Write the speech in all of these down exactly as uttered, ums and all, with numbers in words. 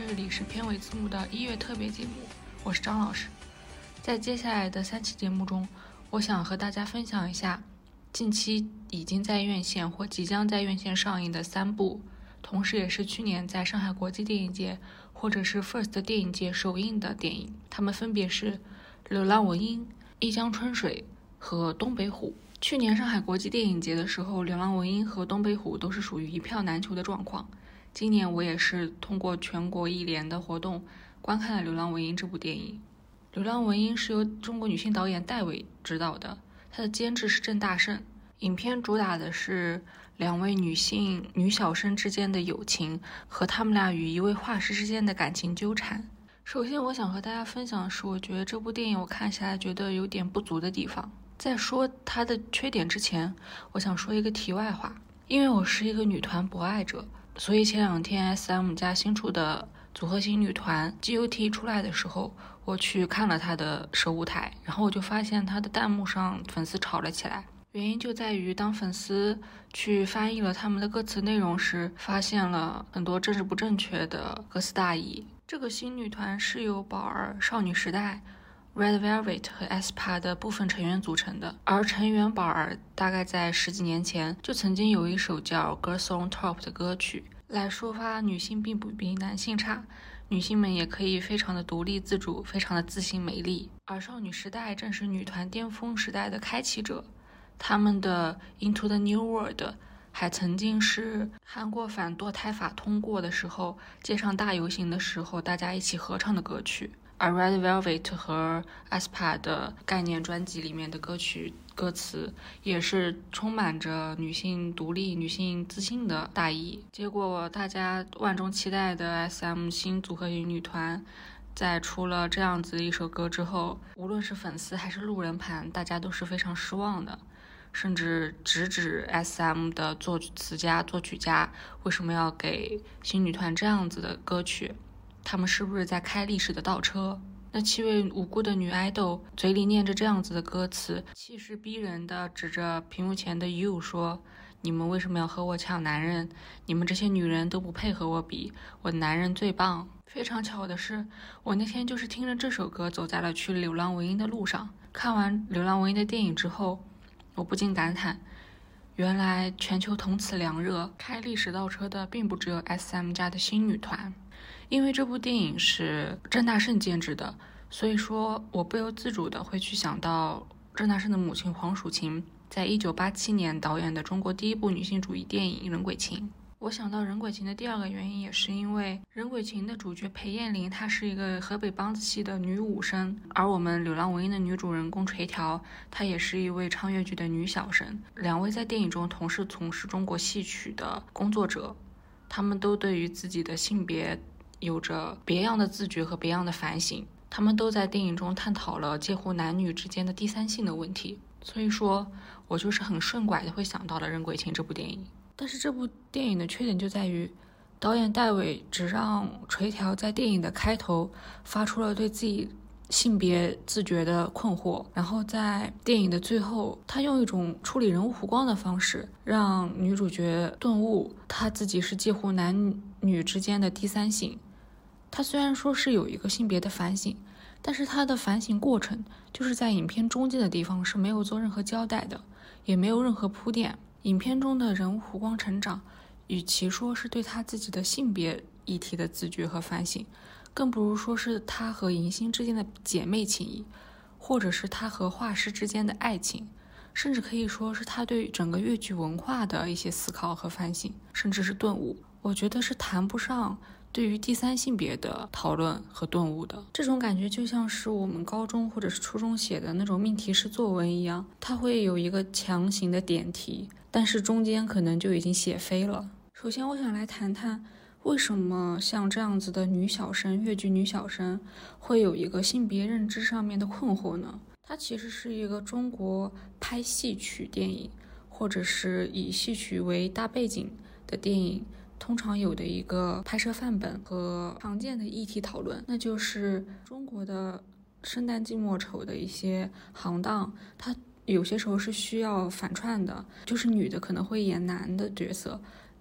这里是片尾字幕的一月特别节目，我是张老师。在接下来的三期节目中，我想和大家分享一下近期已经在院线或即将在院线上映的三部，同时也是去年在上海国际电影节或者是 First 电影节首映的电影，它们分别是《流浪文音》、《一江春水》和《东北虎》。去年上海国际电影节的时候，《流浪文音》和《东北虎》都是属于一票难求的状况。今年我也是通过全国一连的活动观看了《流浪文音》这部电影。《流浪文音》是由中国女性导演戴伟执导的，她的监制是郑大圣。影片主打的是两位女性女小生之间的友情和她们俩与一位画师之间的感情纠缠。首先我想和大家分享的是，我觉得这部电影我看下来觉得有点不足的地方。在说它的缺点之前，我想说一个题外话。因为我是一个女团博爱者，所以前两天 S M 家新出的组合型女团 G O T 出来的时候，我去看了她的首舞台，然后我就发现她的弹幕上粉丝吵了起来。原因就在于当粉丝去翻译了他们的歌词内容时，发现了很多政治不正确的歌词大意。这个新女团是由宝儿、少女时代、Red Velvet 和 aespa 的部分成员组成的，而成员宝儿大概在十几年前就曾经有一首叫 Girls on Top 的歌曲来抒发女性并不比男性差，女性们也可以非常的独立自主，非常的自信美丽。而少女时代正是女团巅峰时代的开启者，他们的 Into the New World 还曾经是韩国反堕胎法通过的时候，街上大游行的时候大家一起合唱的歌曲。而 Red Velvet 和 aespa 的概念专辑里面的歌曲歌词也是充满着女性独立、女性自信的大意。结果大家万众期待的 S M 新组合型女团在出了这样子一首歌之后，无论是粉丝还是路人盘，大家都是非常失望的，甚至直指 S M 的作词家、作曲家为什么要给新女团这样子的歌曲，他们是不是在开历史的倒车？那七位无辜的女爱豆嘴里念着这样子的歌词，气势逼人的指着屏幕前的 you 说，你们为什么要和我抢男人？你们这些女人都不配和我比，我男人最棒。非常巧的是，我那天就是听着这首歌走在了去流浪文音的路上。看完流浪文音的电影之后，我不禁感叹，原来全球同此凉热，开历史倒车的并不只有 S M 家的新女团。因为这部电影是郑大圣监制的，所以说我不由自主的会去想到郑大圣的母亲黄蜀芹在一九八七年导演的中国第一部女性主义电影《人鬼情》。我想到人鬼情的第二个原因，也是因为人鬼情的主角裴艳玲她是一个河北梆子戏的女武生，而我们流浪文音的女主人公垂条她也是一位唱粤剧的女小生。两位在电影中同是从事中国戏曲的工作者，他们都对于自己的性别有着别样的自觉和别样的反省，他们都在电影中探讨了介乎男女之间的第三性的问题。所以说我就是很顺拐的会想到了人鬼情这部电影。但是这部电影的缺点就在于导演戴伟只让垂条在电影的开头发出了对自己性别自觉的困惑，然后在电影的最后他用一种处理人物弧光的方式让女主角顿悟她自己是介乎男女之间的第三性。她虽然说是有一个性别的反省，但是她的反省过程就是在影片中间的地方是没有做任何交代的，也没有任何铺垫。影片中的人物弧光成长，与其说是对她自己的性别议题的自觉和反省，更不如说是她和银星之间的姐妹情谊，或者是她和画师之间的爱情，甚至可以说是她对整个粤剧文化的一些思考和反省，甚至是顿悟。我觉得是谈不上对于第三性别的讨论和顿悟的。这种感觉就像是我们高中或者是初中写的那种命题式作文一样，它会有一个强行的点题，但是中间可能就已经写飞了。首先我想来谈谈为什么像这样子的女小生，粤剧女小生会有一个性别认知上面的困惑呢？它其实是一个中国拍戏曲电影，或者是以戏曲为大背景的电影通常有的一个拍摄范本和常见的议题讨论，那就是中国的生旦净末丑的一些行当，它有些时候是需要反串的，就是女的可能会演男的角色，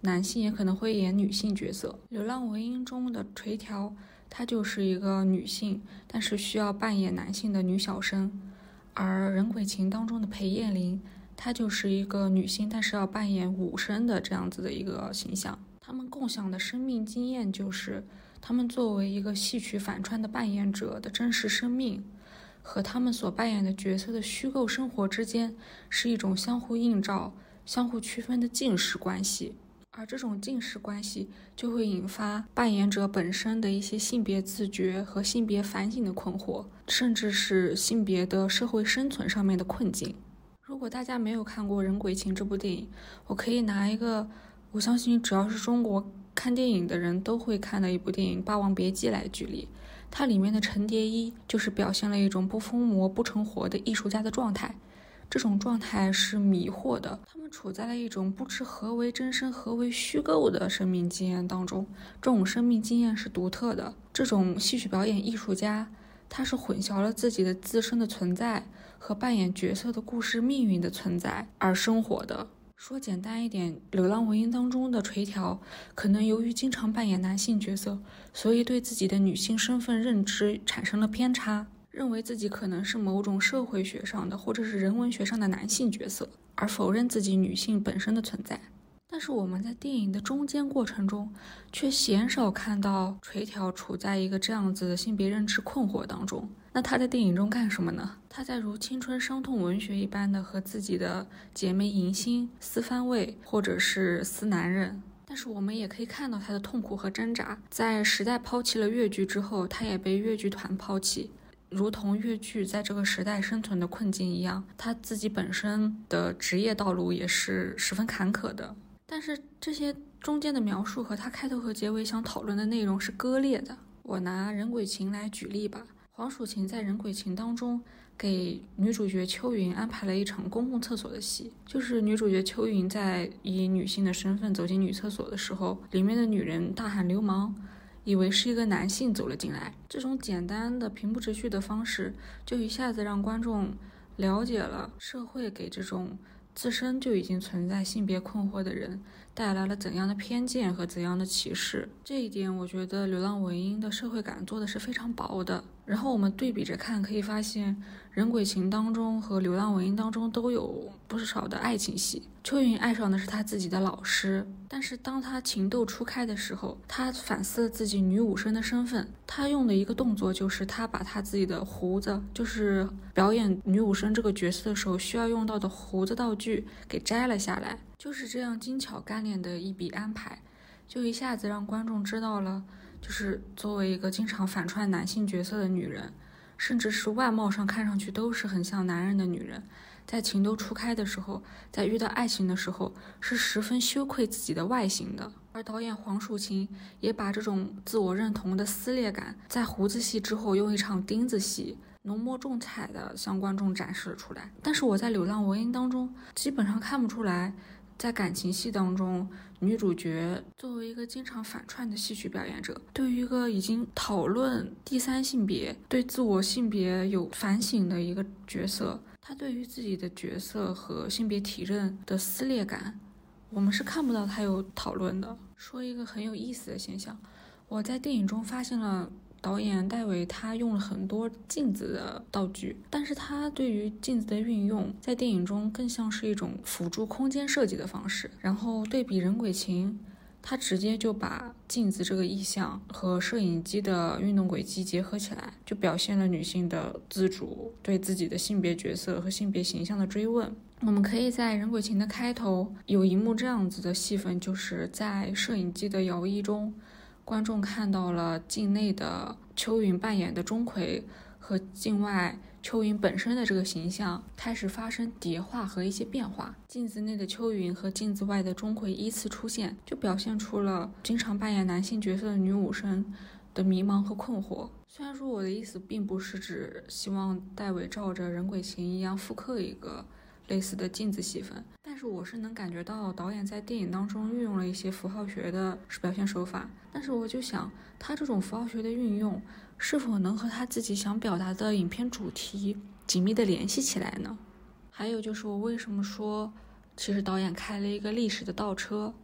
男性也可能会演女性角色。流浪文音中的垂髫，她就是一个女性，但是需要扮演男性的女小生。而人鬼情当中的裴艳玲，她就是一个女性，但是要扮演武生的这样子的一个形象。他们共享的生命经验就是，他们作为一个戏曲反串的扮演者的真实生命，和他们所扮演的角色的虚构生活之间是一种相互映照、相互区分的近似关系。而这种近似关系就会引发扮演者本身的一些性别自觉和性别反省的困惑，甚至是性别的社会生存上面的困境。如果大家没有看过《人鬼情》这部电影，我可以拿一个我相信只要是中国看电影的人都会看的一部电影《霸王别姬》来举例。它里面的陈蝶衣就是表现了一种不疯魔不成活的艺术家的状态，这种状态是迷惑的，他们处在了一种不知何为真身何为虚构的生命经验当中，这种生命经验是独特的。这种戏曲表演艺术家，他是混淆了自己的自身的存在和扮演角色的故事命运的存在而生活的。说简单一点，流浪文音当中的垂髫可能由于经常扮演男性角色，所以对自己的女性身份认知产生了偏差，认为自己可能是某种社会学上的或者是人文学上的男性角色，而否认自己女性本身的存在。但是我们在电影的中间过程中却鲜少看到垂髫处在一个这样子的性别认知困惑当中。那他在电影中干什么呢？他在如青春伤痛文学一般的和自己的姐妹迎新、撕番位或者是撕男人，但是我们也可以看到他的痛苦和挣扎。在时代抛弃了越剧之后，他也被越剧团抛弃，如同越剧在这个时代生存的困境一样，他自己本身的职业道路也是十分坎坷的。但是这些中间的描述和他开头和结尾想讨论的内容是割裂的。我拿人鬼情来举例吧。黄蜀芹在人鬼情当中给女主角秋云安排了一场公共厕所的戏，就是女主角秋云在以女性的身份走进女厕所的时候，里面的女人大喊流氓，以为是一个男性走了进来。这种简单的平铺直叙的方式，就一下子让观众了解了社会给这种自身就已经存在性别困惑的人带来了怎样的偏见和怎样的歧视。这一点我觉得流浪文音的社会感做的是非常薄的。然后我们对比着看，可以发现人鬼情当中和流浪文音当中都有不少的爱情戏。秋云爱上的是他自己的老师，但是当他情窦初开的时候，他反思了自己女武生的身份。他用的一个动作就是他把他自己的胡子，就是表演女武生这个角色的时候需要用到的胡子道具给摘了下来。就是这样精巧干练的一笔安排，就一下子让观众知道了，就是作为一个经常反串男性角色的女人，甚至是外貌上看上去都是很像男人的女人，在情窦初开的时候，在遇到爱情的时候，是十分羞愧自己的外形的。而导演黄蜀芹也把这种自我认同的撕裂感，在胡子戏之后用一场钉子戏浓墨重彩的向观众展示了出来。但是我在流浪文音当中基本上看不出来，在感情戏当中，女主角作为一个经常反串的戏曲表演者，对于一个已经讨论第三性别、对自我性别有反省的一个角色，她对于自己的角色和性别体认的撕裂感，我们是看不到她有讨论的。说一个很有意思的现象，我在电影中发现了导演戴伟他用了很多镜子的道具，但是他对于镜子的运用在电影中更像是一种辅助空间设计的方式。然后对比人鬼情，他直接就把镜子这个意象和摄影机的运动轨迹结合起来，就表现了女性的自主对自己的性别角色和性别形象的追问。我们可以在人鬼情的开头有一幕这样子的戏份，就是在摄影机的摇曳中，观众看到了镜内的秋云扮演的钟馗和镜外秋云本身的这个形象开始发生叠化和一些变化。镜子内的秋云和镜子外的钟馗依次出现，就表现出了经常扮演男性角色的女武生的迷茫和困惑。虽然说我的意思并不是指希望戴伟照着人鬼情一样复刻一个类似的镜子戏份，但是我是能感觉到导演在电影当中运用了一些符号学的表现手法。但是我就想，他这种符号学的运用是否能和他自己想表达的影片主题紧密的联系起来呢？还有就是我为什么说其实导演开了一个历史的倒车，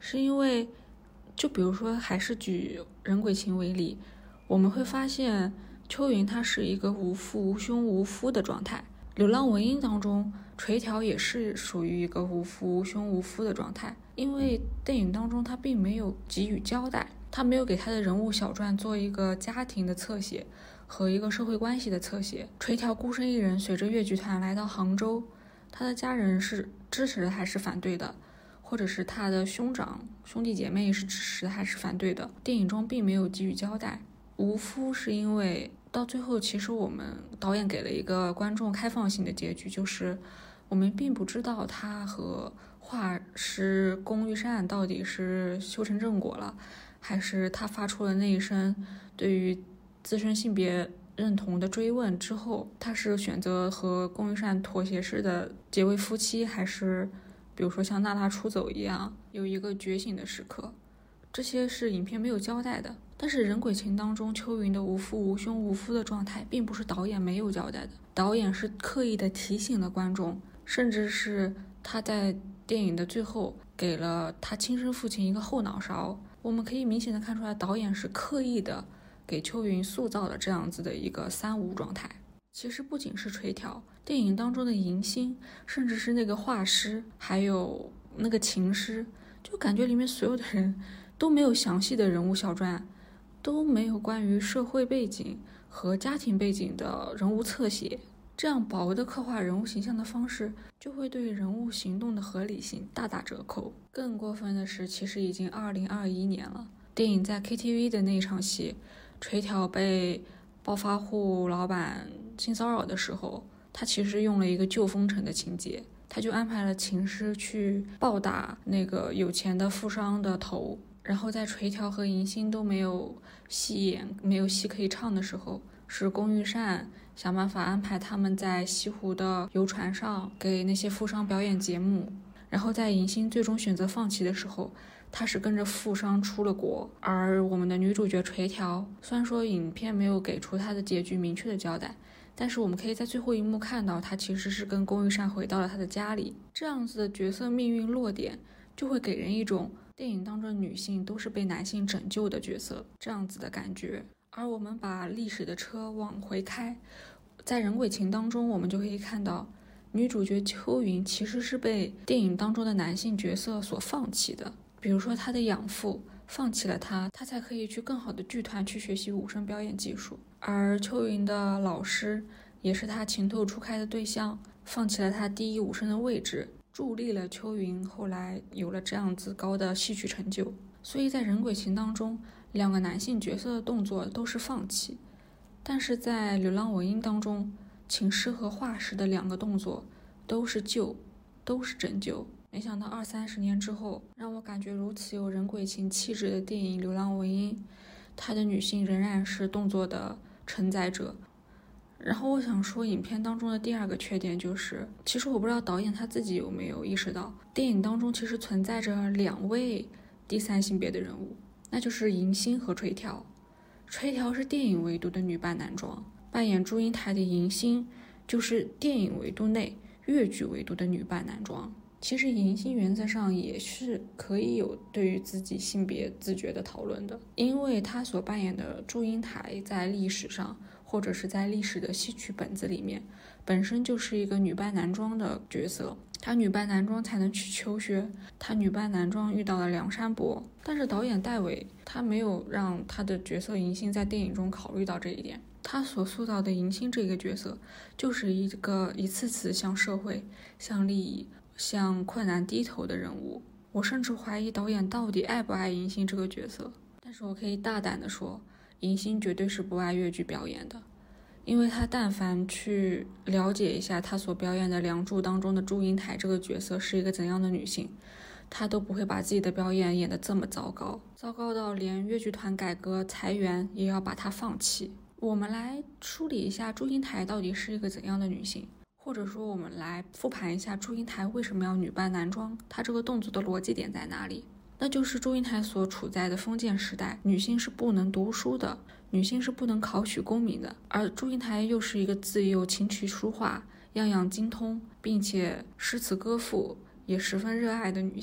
是因为就比如说还是举人鬼情为例，我们会发现秋云她是一个无父无兄无夫的状态，流浪文音当中垂髫也是属于一个无父无兄无夫的状态，因为电影当中他并没有给予交代，他没有给他的人物小传做一个家庭的侧写和一个社会关系的侧写。垂髫孤身一人随着越剧团来到杭州，他的家人是支持的还是反对的，或者是他的兄长兄弟姐妹是支持的还是反对的，电影中并没有给予交代。无夫是因为到最后其实我们导演给了一个观众开放性的结局，就是我们并不知道他和画师龚玉善到底是修成正果了，还是他发出了那一声对于自身性别认同的追问之后，他是选择和龚玉善妥协式的结为夫妻，还是比如说像娜娜出走一样有一个觉醒的时刻，这些是影片没有交代的。但是人鬼情当中秋云的无父无兄无夫的状态并不是导演没有交代的，导演是刻意的提醒了观众，甚至是他在电影的最后给了他亲生父亲一个后脑勺。我们可以明显的看出来，导演是刻意的给秋云塑造了这样子的一个三无状态。其实不仅是垂髫，电影当中的迎新，甚至是那个画师，还有那个琴师，就感觉里面所有的人都没有详细的人物小传，都没有关于社会背景和家庭背景的人物侧写，这样薄的刻画人物形象的方式就会对人物行动的合理性大打折扣。更过分的是，其实已经二零二一年了，电影在 K T V 的那场戏，垂髫被暴发户老板性骚扰的时候，他其实用了一个救风尘的情节，他就安排了琴师去暴打那个有钱的富商的头，然后在垂髫和迎新都没有戏演没有戏可以唱的时候，是龚玉善想办法安排他们在西湖的游船上给那些富商表演节目，然后在迎新最终选择放弃的时候，他是跟着富商出了国。而我们的女主角垂髫，虽然说影片没有给出她的结局明确的交代，但是我们可以在最后一幕看到她其实是跟龚玉善回到了她的家里。这样子的角色命运落点就会给人一种电影当中的女性都是被男性拯救的角色这样子的感觉。而我们把历史的车往回开，在人鬼情当中我们就可以看到女主角秋云其实是被电影当中的男性角色所放弃的，比如说她的养父放弃了她，她才可以去更好的剧团去学习武生表演技术，而秋云的老师也是她情窦初开的对象，放弃了她第一武生的位置，助力了秋云后来有了这样子高的戏曲成就。所以在人鬼情当中，两个男性角色的动作都是放弃，但是在流浪文音当中，琴师和画师的两个动作都是救，都是拯救。没想到二三十年之后，让我感觉如此有人鬼情气质的电影《流浪文音》，它的女性仍然是动作的承载者。然后我想说，影片当中的第二个缺点就是，其实我不知道导演他自己有没有意识到，电影当中其实存在着两位第三性别的人物，那就是迎新和垂髫。垂髫是电影维度的女扮男装，扮演祝英台的迎新就是电影维度内粤剧维度的女扮男装。其实迎新原则上也是可以有对于自己性别自觉的讨论的，因为她所扮演的祝英台在历史上或者是在历史的戏曲本子里面本身就是一个女扮男装的角色，她女扮男装才能去求学，她女扮男装遇到了梁山伯，但是导演戴伟他没有让他的角色迎新在电影中考虑到这一点，他所塑造的迎新这个角色就是一个一次次向社会向利益向困难低头的人物。我甚至怀疑导演到底爱不爱迎新这个角色，但是我可以大胆的说，迎新绝对是不爱粤剧表演的，因为他但凡去了解一下他所表演的梁祝当中的祝英台这个角色是一个怎样的女性，他都不会把自己的表演演得这么糟糕，糟糕到连粤剧团改革裁员也要把它放弃。我们来梳理一下祝英台到底是一个怎样的女性，或者说我们来复盘一下祝英台为什么要女扮男装，她这个动作的逻辑点在哪里。那就是祝英台所处在的封建时代，女性是不能读书的，女性是不能考取功名的，而祝英台又是一个自幼琴棋书画样样精通，并且诗词歌赋也十分热爱的女性。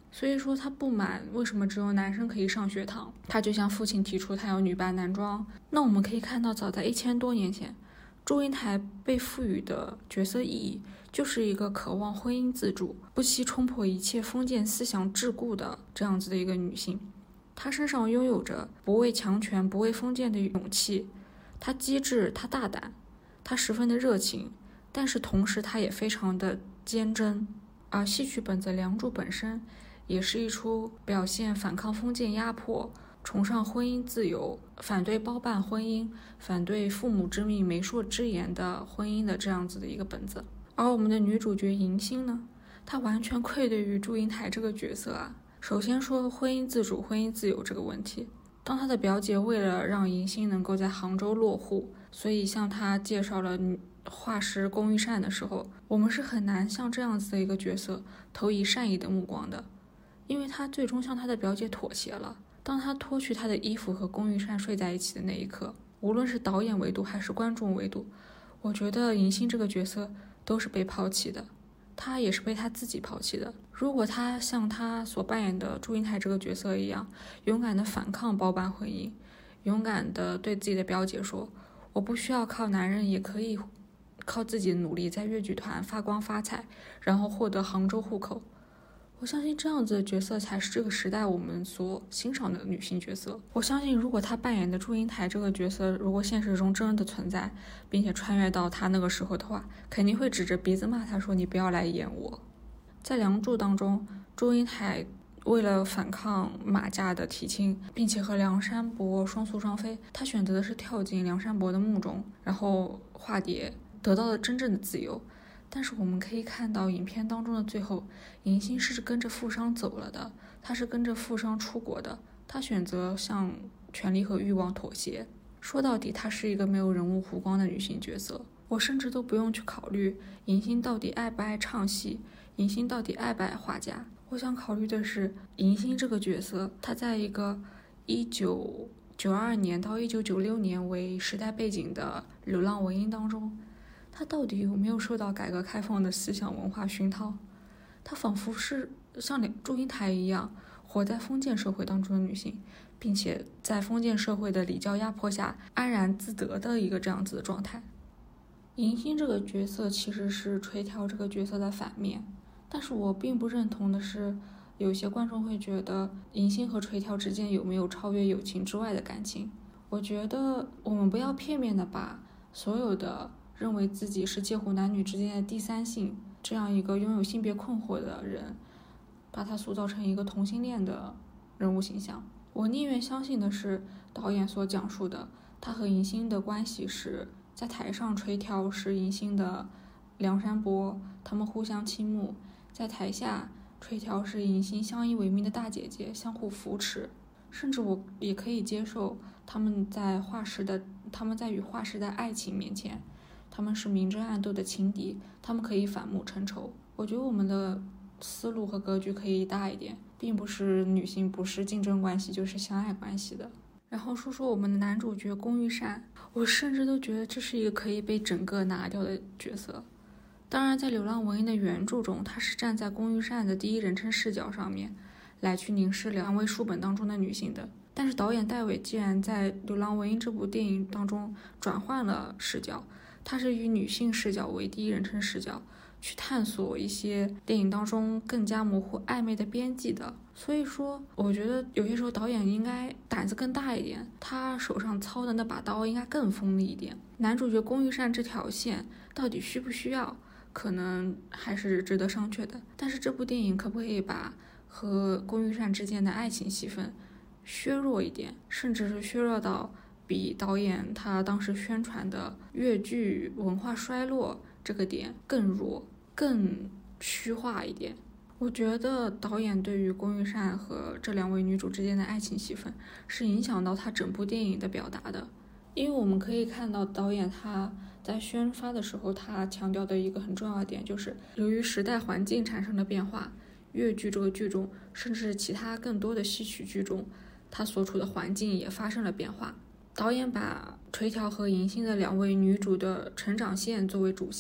所以说他不满为什么只有男生可以上学堂，他就向父亲提出他要女扮男装。那我们可以看到，早在一千多年前，祝英台被赋予的角色意义就是一个渴望婚姻自主、不惜冲破一切封建思想桎梏的这样子的一个女性。她身上拥有着不畏强权、不畏封建的勇气，她机智，她大胆，她十分的热情，但是同时她也非常的坚贞。而戏曲本子《梁祝》本身也是一出表现反抗封建压迫、崇尚婚姻自由、反对包办婚姻、反对父母之命媒妁之言的婚姻的这样子的一个本子。而我们的女主角迎新呢，她完全愧对于祝英台这个角色啊。首先说婚姻自主、婚姻自由这个问题，当她的表姐为了让迎新能够在杭州落户，所以向她介绍了画师龚玉善的时候，我们是很难向这样子的一个角色投以善意的目光的，因为她最终向她的表姐妥协了。当她脱去她的衣服和龚玉善睡在一起的那一刻，无论是导演维度还是观众维度，我觉得迎新这个角色都是被抛弃的，她也是被她自己抛弃的。如果她像她所扮演的祝英台这个角色一样，勇敢的反抗包办婚姻，勇敢的对自己的表姐说，我不需要靠男人，也可以靠自己的努力在越剧团发光发财，然后获得杭州户口，我相信这样子的角色才是这个时代我们所欣赏的女性角色。我相信如果她扮演的祝英台这个角色如果现实中真的存在，并且穿越到她那个时候的话，肯定会指着鼻子骂她说，你不要来演我。在《梁祝》当中，祝英台为了反抗马家的提亲，并且和梁山伯双宿双飞，她选择的是跳进梁山伯的墓中，然后化蝶，得到了真正的自由。但是我们可以看到影片当中的最后，迎新是跟着富商走了的，她是跟着富商出国的，她选择向权力和欲望妥协。说到底，她是一个没有人物弧光的女性角色。我甚至都不用去考虑迎新到底爱不爱唱戏，迎新到底爱不爱画家。我想考虑的是迎新这个角色，她在一个一九九二年到一九九六年为时代背景的流浪文音当中，她到底有没有受到改革开放的思想文化熏陶？她仿佛是像祝英台一样活在封建社会当中的女性，并且在封建社会的礼教压迫下安然自得的一个这样子的状态。迎新这个角色其实是垂髫这个角色的反面，但是我并不认同的是，有些观众会觉得迎新和垂髫之间有没有超越友情之外的感情。我觉得我们不要片面的把所有的认为自己是介乎男女之间的第三性这样一个拥有性别困惑的人，把他塑造成一个同性恋的人物形象。我宁愿相信的是导演所讲述的，他和迎新的关系是在台上垂髫是迎新的梁山伯，他们互相倾慕，在台下垂髫是迎新相依为命的大姐姐，相互扶持。甚至我也可以接受他们在画师的他们在与画师的爱情面前，他们是明争暗斗的情敌，他们可以反目成仇。我觉得我们的思路和格局可以大一点，并不是女性不是竞争关系就是相爱关系的。然后说说我们的男主角龚玉善，我甚至都觉得这是一个可以被整个拿掉的角色。当然在流浪文音的原著中，他是站在龚玉善的第一人称视角上面来去凝视两位书本当中的女性的。但是导演戴伟既然在流浪文音这部电影当中转换了视角，他是以女性视角为第一人称视角去探索一些电影当中更加模糊暧昧的边际的。所以说我觉得有些时候导演应该胆子更大一点，他手上操的那把刀应该更锋利一点。男主角龚玉善这条线到底需不需要，可能还是值得商榷的。但是这部电影可不可以把和龚玉善之间的爱情戏份削弱一点，甚至是削弱到比导演他当时宣传的越剧文化衰落这个点更弱更虚化一点。我觉得导演对于龚玉善和这两位女主之间的爱情戏份是影响到他整部电影的表达的。因为我们可以看到导演他在宣发的时候，他强调的一个很重要的点就是由于时代环境产生了变化，越剧这个剧种甚至其他更多的戏曲剧种，它所处的环境也发生了变化。导演把垂髫和迎新的两位女主的成长线作为主线，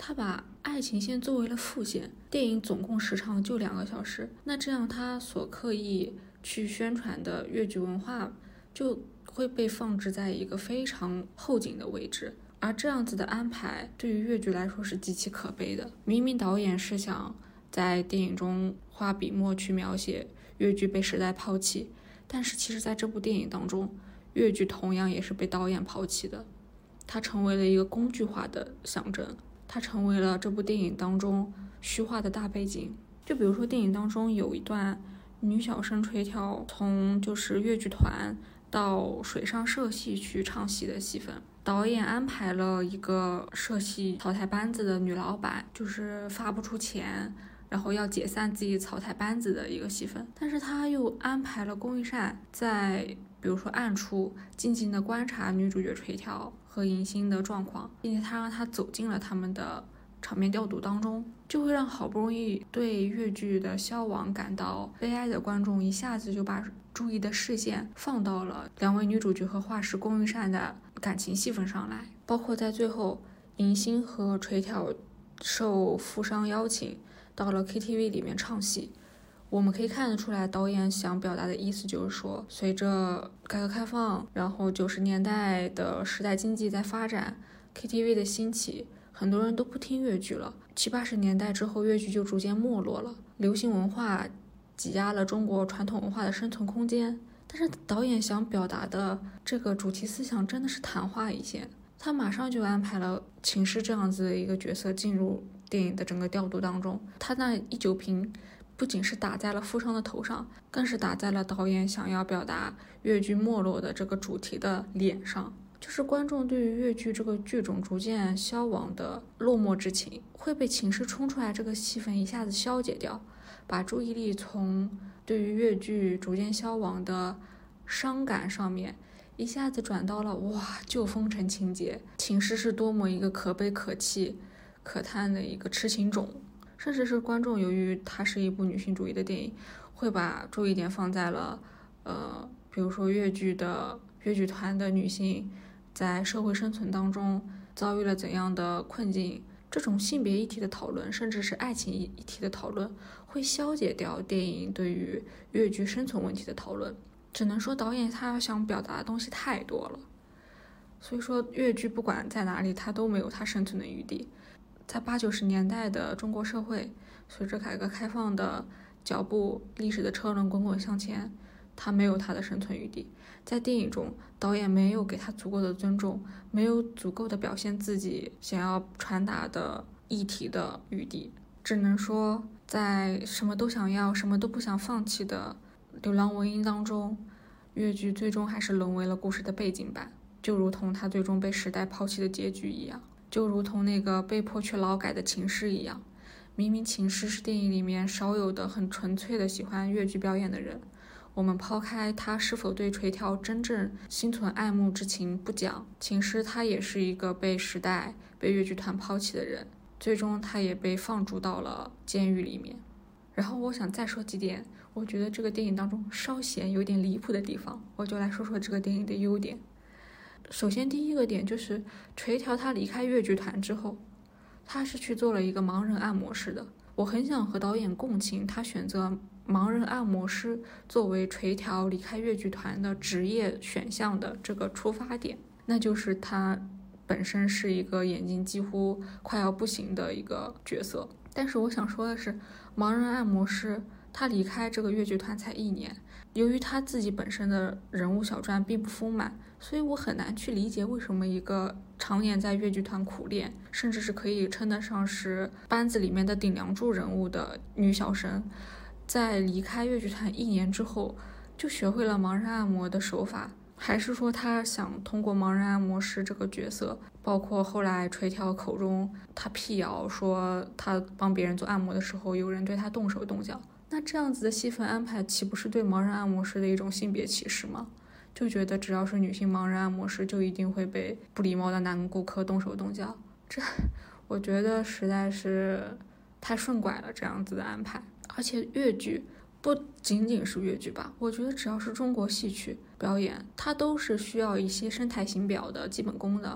他把爱情线作为了副线，电影总共时长就两个小时，那这样他所刻意去宣传的粤剧文化就会被放置在一个非常后景的位置，而这样子的安排对于粤剧来说是极其可悲的。明明导演是想在电影中花笔墨去描写粤剧被时代抛弃，但是其实在这部电影当中，粤剧同样也是被导演抛弃的，它成为了一个工具化的象征，它成为了这部电影当中虚化的大背景。就比如说电影当中有一段女小生垂髫从就是粤剧团到水上社戏去唱戏的戏份，导演安排了一个社戏草台班子的女老板，就是发不出钱，然后要解散自己草台班子的一个戏份，但是他又安排了龚一善在比如说暗处静静的观察女主角垂髫和迎新的状况，并且他让她走进了他们的场面调度当中，就会让好不容易对粤剧的消亡感到悲哀的观众一下子就把注意的视线放到了两位女主角和画师龚一善的感情戏份上来。包括在最后迎新和垂髫受富商邀请到了 K T V 里面唱戏，我们可以看得出来导演想表达的意思就是说，随着改革开放，然后九十年代的时代经济在发展， K T V 的兴起，很多人都不听粤剧了。七八十年代之后，粤剧就逐渐没落了，流行文化挤压了中国传统文化的生存空间。但是导演想表达的这个主题思想真的是昙花一现，他马上就安排了秦诗这样子的一个角色进入电影的整个调度当中。他那一酒瓶不仅是打在了富商的头上，更是打在了导演想要表达粤剧没落的这个主题的脸上。就是观众对于粤剧这个剧种逐渐消亡的落寞之情会被情诗冲出来这个戏份一下子消解掉，把注意力从对于粤剧逐渐消亡的伤感上面一下子转到了哇旧风尘情节，情诗是多么一个可悲可泣可叹的一个痴情种。甚至是观众由于它是一部女性主义的电影，会把注意点放在了呃，比如说粤剧的粤剧团的女性在社会生存当中遭遇了怎样的困境，这种性别议题的讨论，甚至是爱情议题的讨论，会消解掉电影对于粤剧生存问题的讨论。只能说导演他想表达的东西太多了，所以说粤剧不管在哪里，它都没有它生存的余地。在八九十年代的中国社会，随着改革开放的脚步，历史的车轮滚滚向前，它没有它的生存余地。在电影中，导演没有给他足够的尊重，没有足够的表现自己想要传达的议题的余地，只能说在什么都想要什么都不想放弃的流浪文音当中，粤剧最终还是沦为了故事的背景板，就如同它最终被时代抛弃的结局一样，就如同那个被迫去劳改的情诗一样。明明情诗是电影里面少有的很纯粹的喜欢粤剧表演的人，我们抛开他是否对垂髫真正心存爱慕之情不讲，情诗他也是一个被时代被粤剧团抛弃的人，最终他也被放逐到了监狱里面。然后我想再说几点我觉得这个电影当中稍显有点离谱的地方，我就来说说这个电影的优点。首先第一个点就是垂髫他离开粤剧团之后，他是去做了一个盲人按摩师的。我很想和导演共情他选择盲人按摩师作为垂髫离开粤剧团的职业选项的这个出发点，那就是他本身是一个眼睛几乎快要不行的一个角色。但是我想说的是，盲人按摩师他离开这个粤剧团才一年，由于他自己本身的人物小传并不丰满，所以我很难去理解为什么一个常年在粤剧团苦练，甚至是可以称得上是班子里面的顶梁柱人物的女小生，在离开粤剧团一年之后就学会了盲人按摩的手法。还是说他想通过盲人按摩师这个角色，包括后来垂髫口中他辟谣说他帮别人做按摩的时候有人对他动手动脚，那这样子的戏份安排岂不是对盲人按摩师的一种性别歧视吗？就觉得只要是女性盲人按摩师就一定会被不礼貌的男顾客动手动脚，这我觉得实在是太顺拐了这样子的安排。而且粤剧不仅仅是粤剧吧，我觉得只要是中国戏曲表演，它都是需要一些声台形表的基本功的。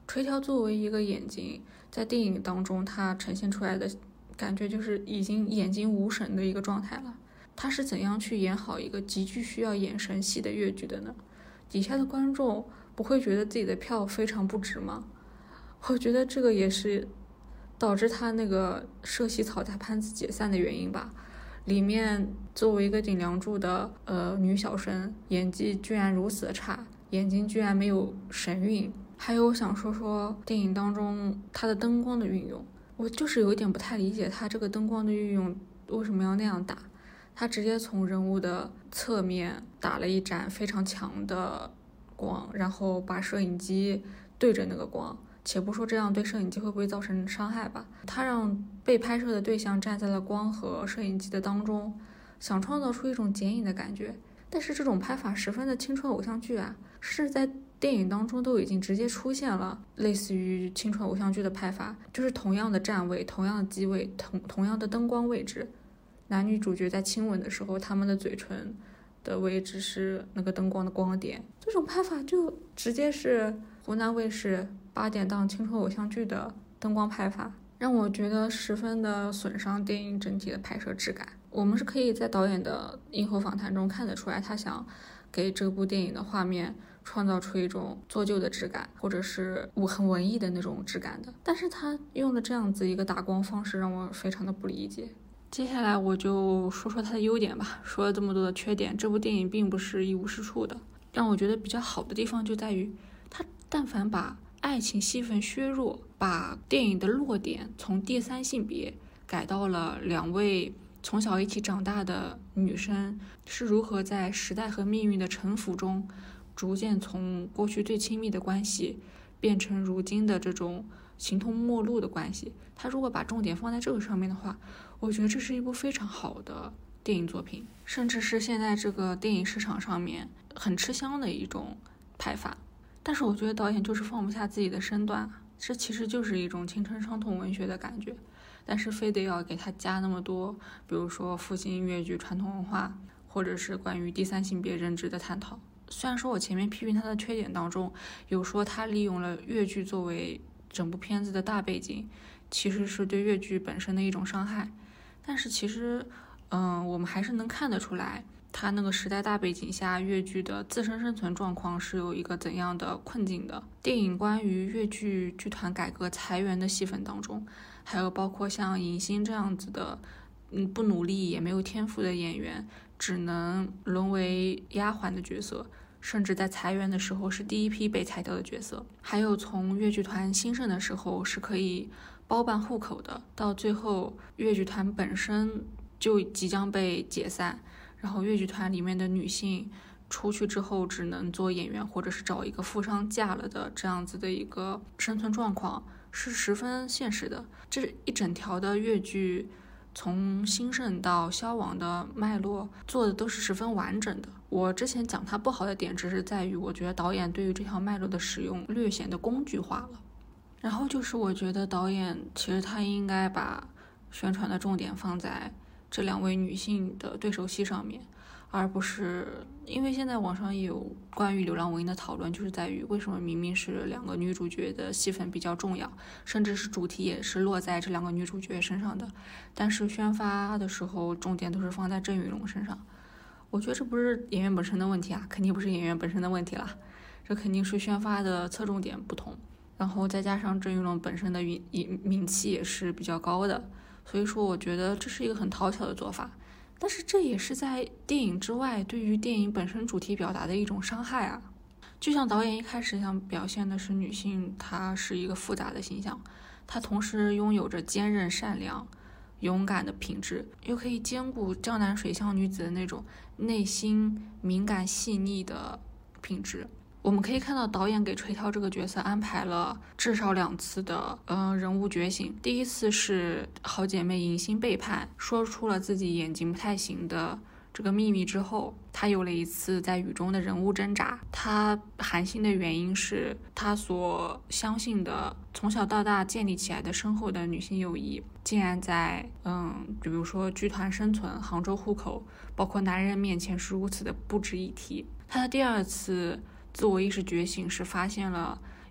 垂髫作为一个眼睛，在电影当中它呈现出来的感觉就是已经眼睛无神的一个状态了。他是怎样去演好一个极具需要眼神戏的越剧的呢？底下的观众不会觉得自己的票非常不值吗？我觉得这个也是导致他那个社戏草台班子解散的原因吧。里面作为一个顶梁柱的呃女小生，演技居然如此的差，眼睛居然没有神韵。还有我想说说电影当中它的灯光的运用，我就是有一点不太理解它这个灯光的运用为什么要那样打。他直接从人物的侧面打了一盏非常强的光，然后把摄影机对着那个光，且不说这样对摄影机会不会造成伤害吧，他让被拍摄的对象站在了光和摄影机的当中，想创造出一种剪影的感觉。但是这种拍法十分的青春偶像剧啊，是在电影当中都已经直接出现了类似于青春偶像剧的拍法，就是同样的站位，同样的机位，同同样的灯光位置，男女主角在亲吻的时候，他们的嘴唇的位置是那个灯光的光点。这种拍法就直接是湖南卫视八点档青春偶像剧的灯光拍法，让我觉得十分的损伤电影整体的拍摄质感。我们是可以在导演的映后访谈中看得出来，他想给这部电影的画面创造出一种做旧的质感，或者是很文艺的那种质感的，但是他用的这样子一个打光方式让我非常的不理解。接下来我就说说它的优点吧。说了这么多的缺点，这部电影并不是一无是处的。让我觉得比较好的地方就在于，它但凡把爱情戏份削弱，把电影的落点从第三性别改到了两位从小一起长大的女生是如何在时代和命运的沉浮中，逐渐从过去最亲密的关系变成如今的这种形同陌路的关系。他如果把重点放在这个上面的话，我觉得这是一部非常好的电影作品，甚至是现在这个电影市场上面很吃香的一种拍法。但是我觉得导演就是放不下自己的身段，这其实就是一种青春伤痛文学的感觉，但是非得要给他加那么多，比如说复兴粤剧传统文化，或者是关于第三性别认知的探讨。虽然说我前面批评他的缺点当中有说他利用了粤剧作为整部片子的大背景，其实是对粤剧本身的一种伤害，但是其实嗯，我们还是能看得出来他那个时代大背景下粤剧的自身生存状况是有一个怎样的困境的。电影关于粤剧剧团改革裁员的戏份当中，还有包括像尹欣这样子的嗯，不努力也没有天赋的演员，只能沦为丫鬟的角色，甚至在裁员的时候是第一批被裁掉的角色。还有从粤剧团兴盛的时候是可以包办户口的，到最后粤剧团本身就即将被解散，然后粤剧团里面的女性出去之后只能做演员，或者是找一个富商嫁了的这样子的一个生存状况是十分现实的。这一整条的粤剧从兴盛到消亡的脉络做的都是十分完整的。我之前讲它不好的点只是在于我觉得导演对于这条脉络的使用略显得工具化了。然后就是我觉得导演其实他应该把宣传的重点放在这两位女性的对手戏上面，而不是因为现在网上也有关于流浪文音的讨论，就是在于为什么明明是两个女主角的戏份比较重要，甚至是主题也是落在这两个女主角身上的，但是宣发的时候重点都是放在郑雨龙身上。我觉得这不是演员本身的问题啊，肯定不是演员本身的问题啦，这肯定是宣发的侧重点不同，然后再加上郑雨龙本身的名名气也是比较高的，所以说我觉得这是一个很讨巧的做法。但是这也是在电影之外对于电影本身主题表达的一种伤害啊。就像导演一开始想表现的是女性她是一个复杂的形象，她同时拥有着坚韧善良勇敢的品质，又可以兼顾江南水乡女子的那种内心敏感细腻的品质。我们可以看到导演给垂髫这个角色安排了至少两次的呃人物觉醒。第一次是好姐妹尹欣背叛，说出了自己眼睛不太行的这个秘密之后，她有了一次在雨中的人物挣扎。她寒心的原因是她所相信的从小到大建立起来的深厚的女性友谊，竟然在嗯，比如说剧团生存、杭州户口，包括男人面前是如此的不值一提。她的第二次自我意识觉醒是发现了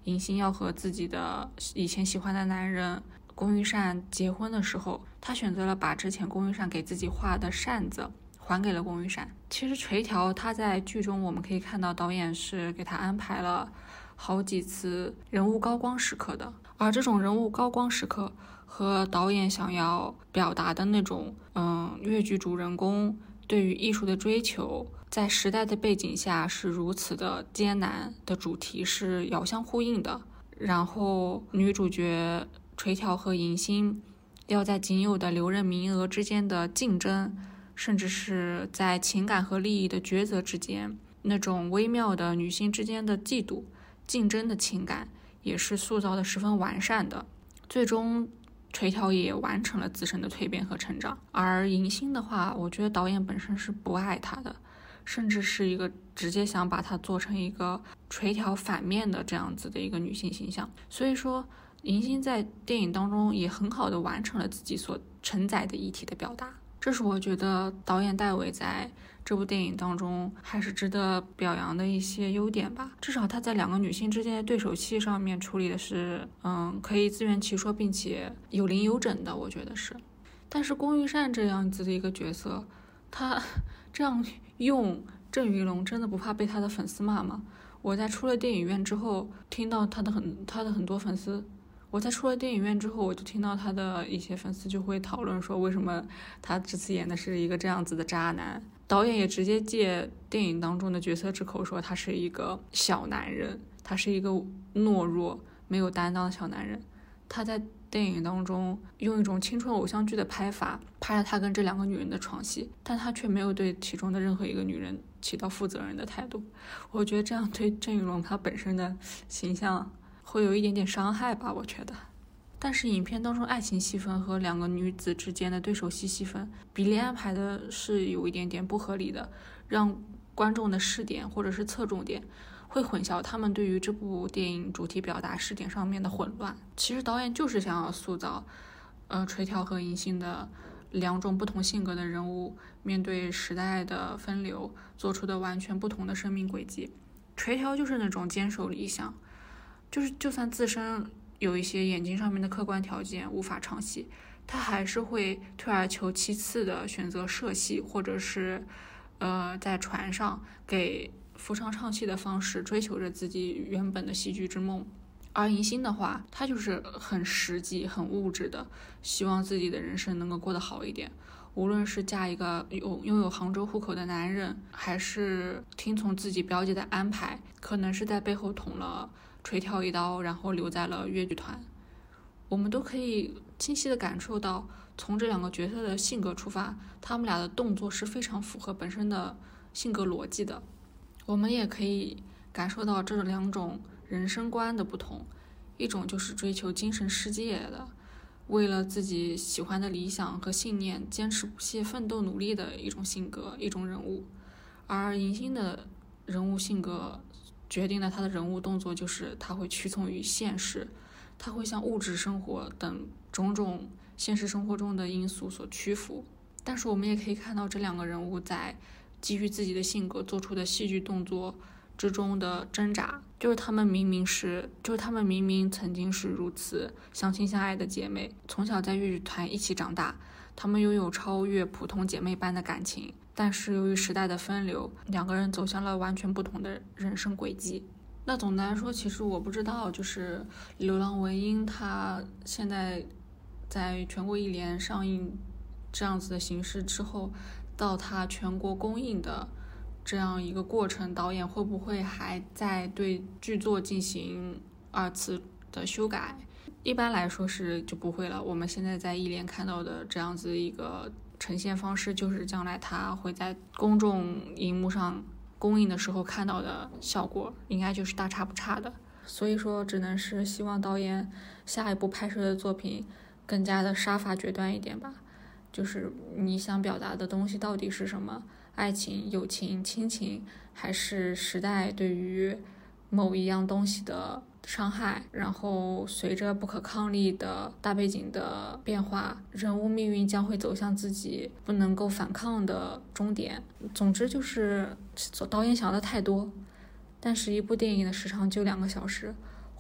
银星要和自己的以前喜欢的男人龚玉善结婚的时候，他选择了把之前龚玉善给自己画的扇子还给了龚玉善。其实垂髫他在剧中我们可以看到导演是给他安排了好几次人物高光时刻的，而这种人物高光时刻和导演想要表达的那种嗯，越剧主人公对于艺术的追求在时代的背景下是如此的艰难的主题是遥相呼应的。然后女主角垂髫和银星要在仅有的留任名额之间的竞争，甚至是在情感和利益的抉择之间，那种微妙的女性之间的嫉妒竞争的情感也是塑造的十分完善的。最终垂髫也完成了自身的蜕变和成长。而银星的话，我觉得导演本身是不爱她的，甚至是一个直接想把她做成一个垂髫反面的这样子的一个女性形象。所以说银星在电影当中也很好的完成了自己所承载的议题的表达，这是我觉得导演戴伟在这部电影当中还是值得表扬的一些优点吧。至少他在两个女性之间的对手戏上面处理的是嗯，可以自圆其说并且有零有整的，我觉得是。但是龚玉善这样子的一个角色，他这样用郑云龙真的不怕被他的粉丝骂吗？我在出了电影院之后听到他的很他的很多粉丝我在出了电影院之后我就听到他的一些粉丝就会讨论说，为什么他这次演的是一个这样子的渣男。导演也直接借电影当中的角色之口说他是一个小男人，他是一个懦弱没有担当的小男人。他在电影当中用一种青春偶像剧的拍法拍了他跟这两个女人的床戏，但他却没有对其中的任何一个女人起到负责任的态度。我觉得这样对郑云龙他本身的形象会有一点点伤害吧，我觉得。但是影片当中爱情戏份和两个女子之间的对手戏戏份比例安排的是有一点点不合理的，让观众的视点或者是侧重点会混淆他们对于这部电影主题表达视点上面的混乱。其实导演就是想要塑造呃，垂髫和银星的两种不同性格的人物面对时代的分流做出的完全不同的生命轨迹。垂髫就是那种坚守理想，就是就算自身有一些眼睛上面的客观条件无法唱戏，他还是会退而求其次的选择摄戏，或者是呃在船上给扶唱唱戏的方式追求着自己原本的戏剧之梦。而银星的话，他就是很实际很物质的希望自己的人生能够过得好一点，无论是嫁一个有拥有杭州户口的男人，还是听从自己表姐的安排，可能是在背后捅了垂髫一刀，然后留在了越剧团。我们都可以清晰地感受到，从这两个角色的性格出发，他们俩的动作是非常符合本身的性格逻辑的。我们也可以感受到这两种人生观的不同，一种就是追求精神世界的，为了自己喜欢的理想和信念坚持不懈奋斗努力的一种性格一种人物。而银星的人物性格决定了他的人物动作，就是他会屈从于现实，他会向物质生活等种种现实生活中的因素所屈服。但是我们也可以看到这两个人物在基于自己的性格做出的戏剧动作之中的挣扎，就是他们明明是就是他们明明曾经是如此相亲相爱的姐妹，从小在越剧团一起长大，他们拥有超越普通姐妹般的感情，但是由于时代的分流，两个人走向了完全不同的人生轨迹。那总的来说，其实我不知道就是流浪文音它现在在全国一联上映这样子的形式之后，到它全国公映的这样一个过程，导演会不会还在对剧作进行二次的修改？一般来说是就不会了。我们现在在一联看到的这样子一个呈现方式，就是将来它会在公众荧幕上公映的时候看到的效果，应该就是大差不差的。所以说只能是希望导演下一部拍摄的作品更加的杀伐决断一点吧，就是你想表达的东西到底是什么，爱情、友情、亲情，还是时代对于某一样东西的伤害，然后随着不可抗力的大背景的变化，人物命运将会走向自己不能够反抗的终点。总之就是导演想的太多，但是一部电影的时长就两个小时，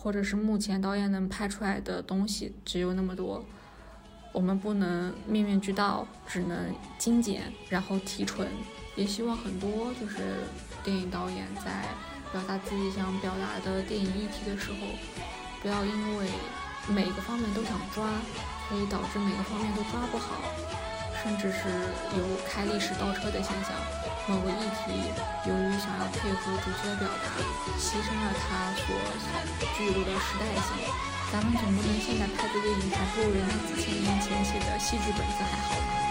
或者是目前导演能拍出来的东西只有那么多，我们不能面面俱到，只能精简然后提纯。也希望很多就是电影导演在表达自己想表达的电影议题的时候，不要因为每个方面都想抓，所以导致每个方面都抓不好，甚至是有开历史倒车的现象。某个议题由于想要配合主题的表达，牺牲了它所具有的时代性。咱们总不能现在拍的电影还不如人家几千年前写的戏剧本子还好吧？